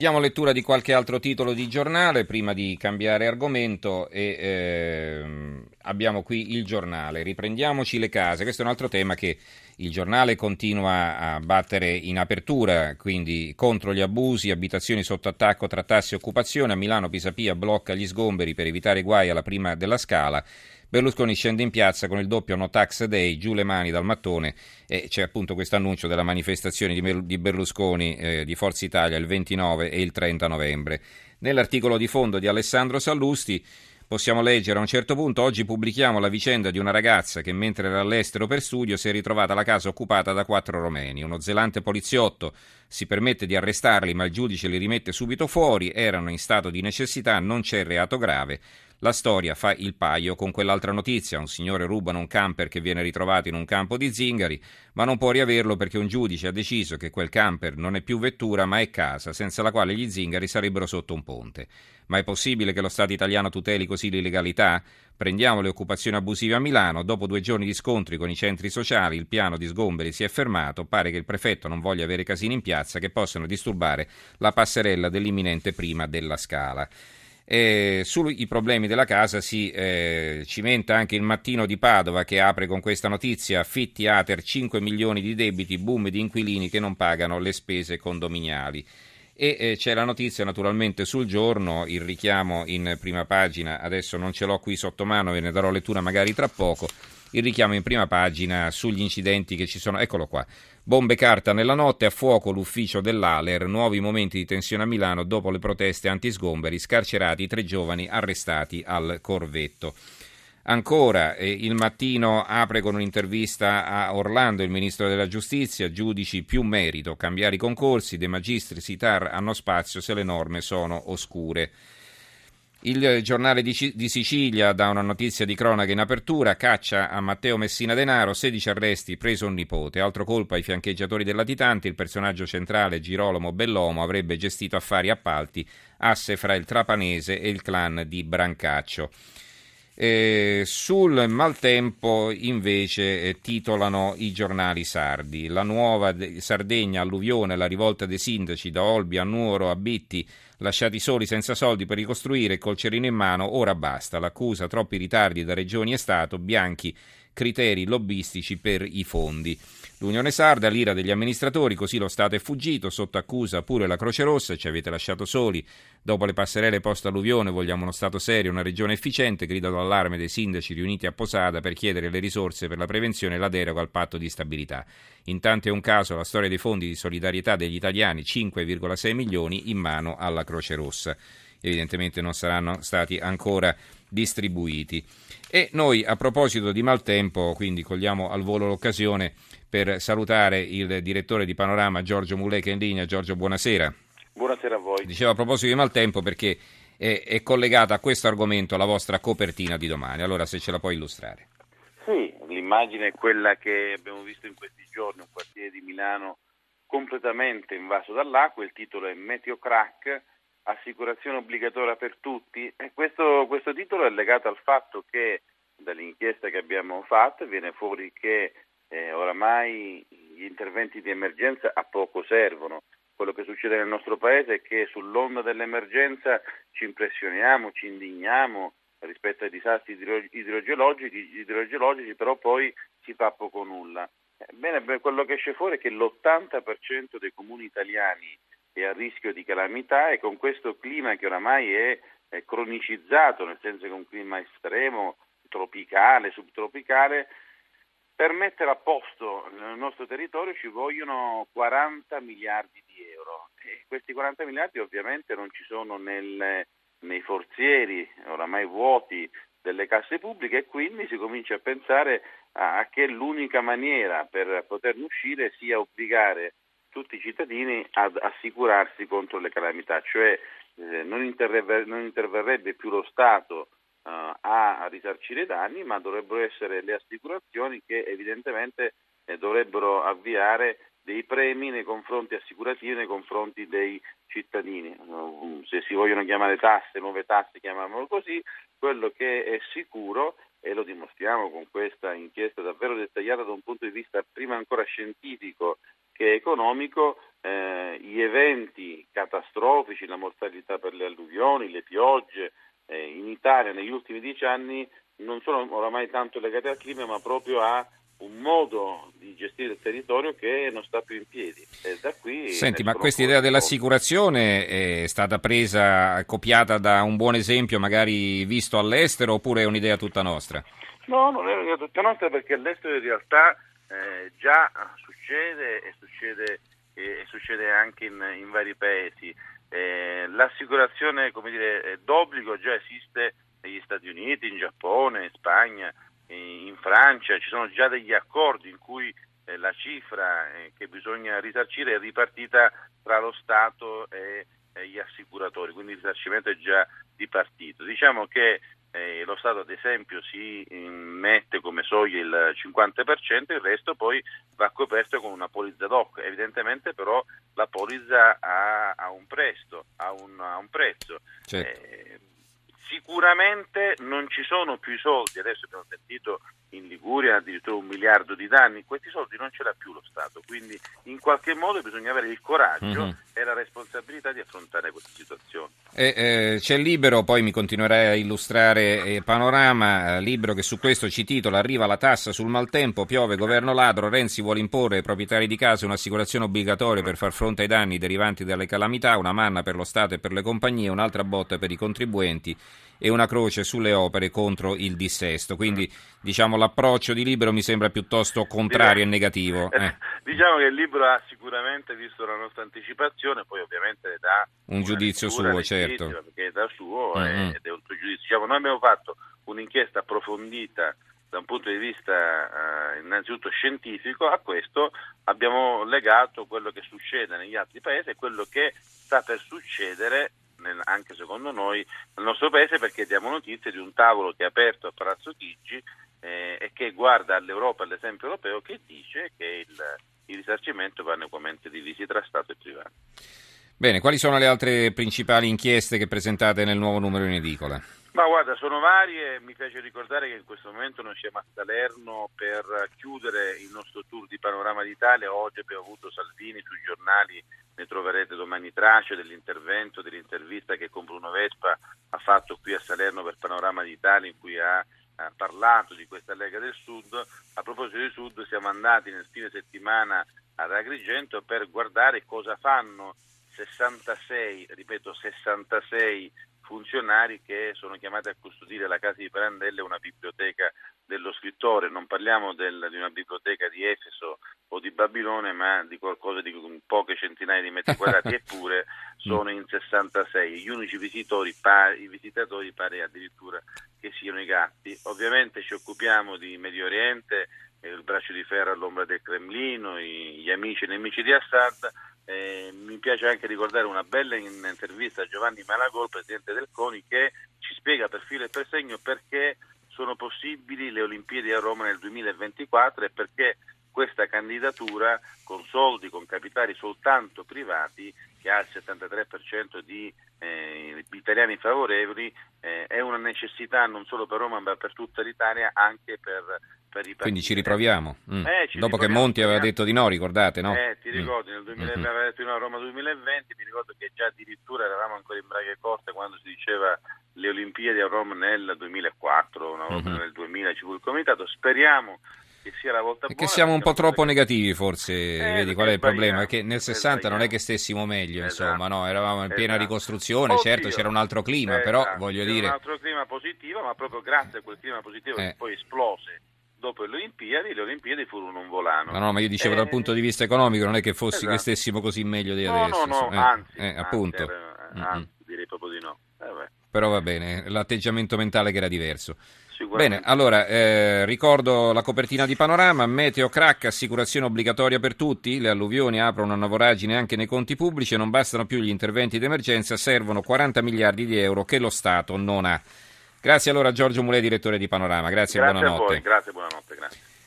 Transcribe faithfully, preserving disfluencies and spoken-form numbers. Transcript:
Diamo lettura di qualche altro titolo di giornale prima di cambiare argomento e ehm, abbiamo qui il giornale. Riprendiamoci le case. Questo è un altro tema che il giornale continua a battere in apertura, quindi contro gli abusi, abitazioni sotto attacco tra tassi e occupazione. A Milano Pisapia blocca gli sgomberi per evitare guai alla prima della Scala. Berlusconi scende in piazza con il doppio No Tax Day, giù le mani dal mattone, e c'è appunto questo annuncio della manifestazione di Berlusconi eh, di Forza Italia il ventinove e il trenta novembre. Nell'articolo di fondo di Alessandro Sallusti possiamo leggere a un certo punto: oggi pubblichiamo la vicenda di una ragazza che mentre era all'estero per studio si è ritrovata la casa occupata da quattro romeni. Uno zelante poliziotto si permette di arrestarli, ma il giudice li rimette subito fuori. Erano in stato di necessità, non c'è reato grave. La storia fa il paio con quell'altra notizia: un signore ruba un camper che viene ritrovato in un campo di zingari, ma non può riaverlo perché un giudice ha deciso che quel camper non è più vettura ma è casa, senza la quale gli zingari sarebbero sotto un ponte. Ma è possibile che lo Stato italiano tuteli così l'illegalità? Prendiamo le occupazioni abusive a Milano. Dopo due giorni di scontri con i centri sociali, il piano di sgomberi si è fermato. Pare che il prefetto non voglia avere casini in piazza che possano disturbare la passerella dell'imminente prima della Scala. Eh, sui problemi della casa si eh, cimenta anche il Mattino di Padova, che apre con questa notizia: affitti Ater cinque milioni di debiti, boom di inquilini che non pagano le spese condominiali. E eh, c'è la notizia naturalmente sul Giorno, il richiamo in prima pagina, adesso non ce l'ho qui sotto mano, ve ne darò lettura magari tra poco. Il richiamo in prima pagina sugli incidenti che ci sono, eccolo qua. Bombe carta nella notte, a fuoco l'ufficio dell'A L E R, nuovi momenti di tensione a Milano dopo le proteste antisgomberi, scarcerati tre giovani arrestati al Corvetto. Ancora, eh, il Mattino apre con un'intervista a Orlando, il ministro della giustizia: giudici più merito, cambiare i concorsi, De Magistris, i T A R hanno spazio se le norme sono oscure. Il giornale di, di Sicilia dà una notizia di cronaca in apertura: caccia a Matteo Messina Denaro, sedici arresti, preso un nipote. Altro colpo ai fiancheggiatori del latitante, il personaggio centrale Girolamo Bellomo avrebbe gestito affari e appalti, asse fra il Trapanese e il clan di Brancaccio. Eh, sul maltempo invece eh, titolano i giornali sardi: la nuova de- Sardegna, alluvione, la rivolta dei sindaci da Olbia a Nuoro a Bitti, lasciati soli senza soldi per ricostruire, col cerino in mano, ora basta. L'accusa: troppi ritardi da regioni e Stato, Bianchi, criteri lobbistici per i fondi. L'Unione Sarda, l'ira degli amministratori, così lo Stato è fuggito, sotto accusa pure la Croce Rossa, ci avete lasciato soli, dopo le passerelle post-alluvione vogliamo uno Stato serio, una regione efficiente, grida d'allarme dei sindaci riuniti a Posada per chiedere le risorse per la prevenzione e la deroga al patto di stabilità. Intanto è un caso la storia dei fondi di solidarietà degli italiani, cinque virgola sei milioni in mano alla Croce Rossa. Evidentemente non saranno stati ancora distribuiti. E noi, a proposito di maltempo, quindi cogliamo al volo l'occasione per salutare il direttore di Panorama Giorgio Mulè, in linea. Giorgio, buonasera. Buonasera a voi. Dicevo a proposito di maltempo perché è, è collegata a questo argomento la vostra copertina di domani, allora se ce la puoi illustrare. Sì, l'immagine è quella che abbiamo visto in questi giorni, un quartiere di Milano completamente invaso dall'acqua. Il titolo è Meteo Crack, assicurazione obbligatoria per tutti, e questo, questo titolo è legato al fatto che dall'inchiesta che abbiamo fatto viene fuori che eh, oramai gli interventi di emergenza a poco servono. Quello che succede nel nostro paese è che sull'onda dell'emergenza ci impressioniamo, ci indigniamo rispetto ai disastri idrogeologici, idrogeologici, però poi si fa poco nulla. Bene, quello che esce fuori è che l'ottanta per cento dei comuni italiani è a rischio di calamità, e con questo clima che oramai è, è cronicizzato, nel senso che è un clima estremo, tropicale, subtropicale, per mettere a posto nel nostro territorio ci vogliono quaranta miliardi di euro. E questi quaranta miliardi ovviamente non ci sono nel, nei forzieri oramai vuoti delle casse pubbliche, e quindi si comincia a pensare a, a che l'unica maniera per poterne uscire sia obbligare tutti i cittadini ad assicurarsi contro le calamità, cioè eh, non, interver- non interverrebbe più lo Stato uh, a risarcire i danni, ma dovrebbero essere le assicurazioni che evidentemente eh, dovrebbero avviare dei premi nei confronti assicurativi, nei confronti dei cittadini. Uh, se si vogliono chiamare tasse, nuove tasse, chiamiamolo così. Quello che è sicuro, e lo dimostriamo con questa inchiesta davvero dettagliata da un punto di vista prima ancora scientifico che economico, eh, gli eventi catastrofici, la mortalità per le alluvioni, le piogge eh, in Italia negli ultimi dieci anni non sono oramai tanto legati al clima, ma proprio a un modo di gestire il territorio che non sta più in piedi. E da qui Senti, ma questa idea dell'assicurazione è stata presa, copiata da un buon esempio magari visto all'estero, oppure è un'idea tutta nostra? No, non è un'idea tutta nostra, perché all'estero in realtà eh, già succede e succede, e succede anche in, in vari paesi. Eh, l'assicurazione, come dire, d'obbligo già esiste negli Stati Uniti, in Giappone, in Spagna, in Francia. Ci sono già degli accordi in cui eh, la cifra eh, che bisogna risarcire è ripartita tra lo Stato e, e gli assicuratori, quindi il risarcimento è già dipartito. Diciamo che eh, lo Stato ad esempio si mette come soglia il cinquanta per cento, il resto poi va coperto con una polizza doc. Evidentemente però la polizza ha, ha un prezzo, ha un, ha un prezzo. Certo. Eh, Sicuramente non ci sono più i soldi, adesso abbiamo sentito in Liguria addirittura un miliardo di danni, questi soldi non ce l'ha più lo Stato, quindi in qualche modo bisogna avere il coraggio mm-hmm. e la responsabilità di affrontare questa situazione. E, eh, c'è il Libero, poi mi continuerai a illustrare eh, Panorama, eh, libro che su questo ci titola: arriva la tassa sul maltempo, piove, governo ladro, Renzi vuole imporre ai proprietari di case un'assicurazione obbligatoria per far fronte ai danni derivanti dalle calamità, una manna per lo Stato e per le compagnie, un'altra botta per i contribuenti e una croce sulle opere contro il dissesto. Quindi diciamo l'approccio di Libero mi sembra piuttosto contrario diciamo, e negativo. Eh. Diciamo che il Libro ha sicuramente visto la nostra anticipazione, poi ovviamente dà un giudizio suo, certo. Perché è da suo mm-hmm. ed è un suo giudizio. Diciamo, noi abbiamo fatto un'inchiesta approfondita da un punto di vista eh, innanzitutto scientifico, a questo abbiamo legato quello che succede negli altri paesi e quello che sta per succedere anche secondo noi nel nostro paese, perché diamo notizie di un tavolo che è aperto a Palazzo Chigi eh, e che guarda all'Europa, all'esempio europeo, che dice che il, il risarcimento va equamente divisi tra Stato e privato. Bene, quali sono le altre principali inchieste che presentate nel nuovo numero in edicola? Ma guarda, sono varie. Mi piace ricordare che in questo momento noi siamo a Salerno per chiudere il nostro tour di Panorama d'Italia. Oggi abbiamo avuto Salvini sui giornali, ne troverete domani tracce dell'intervento, dell'intervista che con Bruno Vespa ha fatto qui a Salerno per Panorama d'Italia, in cui ha, ha parlato di questa Lega del Sud. A proposito di Sud, siamo andati nel fine settimana ad Agrigento per guardare cosa fanno sessantasei, ripeto sessantasei funzionari che sono chiamati a custodire la casa di Pirandello e una biblioteca dello scrittore. Non parliamo del, di una biblioteca di Efeso o di Babilone, ma di qualcosa di poche centinaia di metri quadrati, eppure sono in sessantasei. Gli unici visitori, pari, i visitatori pare addirittura che siano i gatti. Ovviamente ci occupiamo di Medio Oriente, il braccio di ferro all'ombra del Cremlino, gli amici e nemici di Assad. Eh, mi piace anche ricordare una bella intervista a Giovanni Malagol, presidente del CONI, che ci spiega per filo e per segno perché sono possibili le Olimpiadi a Roma nel duemilaventiquattro e perché questa candidatura con soldi, con capitali soltanto privati, che ha il settantatré per cento di eh, italiani favorevoli, eh, è una necessità non solo per Roma ma per tutta l'Italia, anche per, per i partiti. Quindi ci riproviamo, mm. eh, ci dopo riproviamo. Che Monti aveva detto di no, ricordate, no? Eh, ti ricordi, nel duemila mm-hmm. aveva detto di no a Roma duemilaventi, mi ricordo che già addirittura eravamo ancora in braghe corte quando si diceva le Olimpiadi a Roma nel duemilaquattro, una volta mm-hmm. nel duemila ci fu il comitato. Speriamo che sia la volta buona. Che siamo un po' troppo negativi forse, eh, vedi qual è il problema? Perché nel sessanta sbagliamo. non è che stessimo meglio, Esatto. insomma, no, eravamo in piena Esatto. ricostruzione, Oddio. certo c'era un altro clima, Esatto. però voglio c'era dire... un altro clima positivo, ma proprio grazie a quel clima positivo eh. che poi esplose dopo le Olimpiadi, le Olimpiadi furono un volano. No, no, ma io dicevo eh, dal punto di vista economico, non è che fossi esatto. che stessimo così meglio di no, adesso. No, no, eh, anzi, eh, anzi, appunto. Era, anzi, direi proprio di no. Eh, Però va bene, l'atteggiamento mentale che era diverso. Bene, allora, eh, ricordo la copertina di Panorama: meteo crack, assicurazione obbligatoria per tutti, le alluvioni aprono una voragine anche nei conti pubblici e non bastano più gli interventi d'emergenza, servono quaranta miliardi di euro che lo Stato non ha. Grazie allora a Giorgio Mulè, direttore di Panorama, grazie, grazie e buonanotte. A voi, grazie, buonanotte, grazie.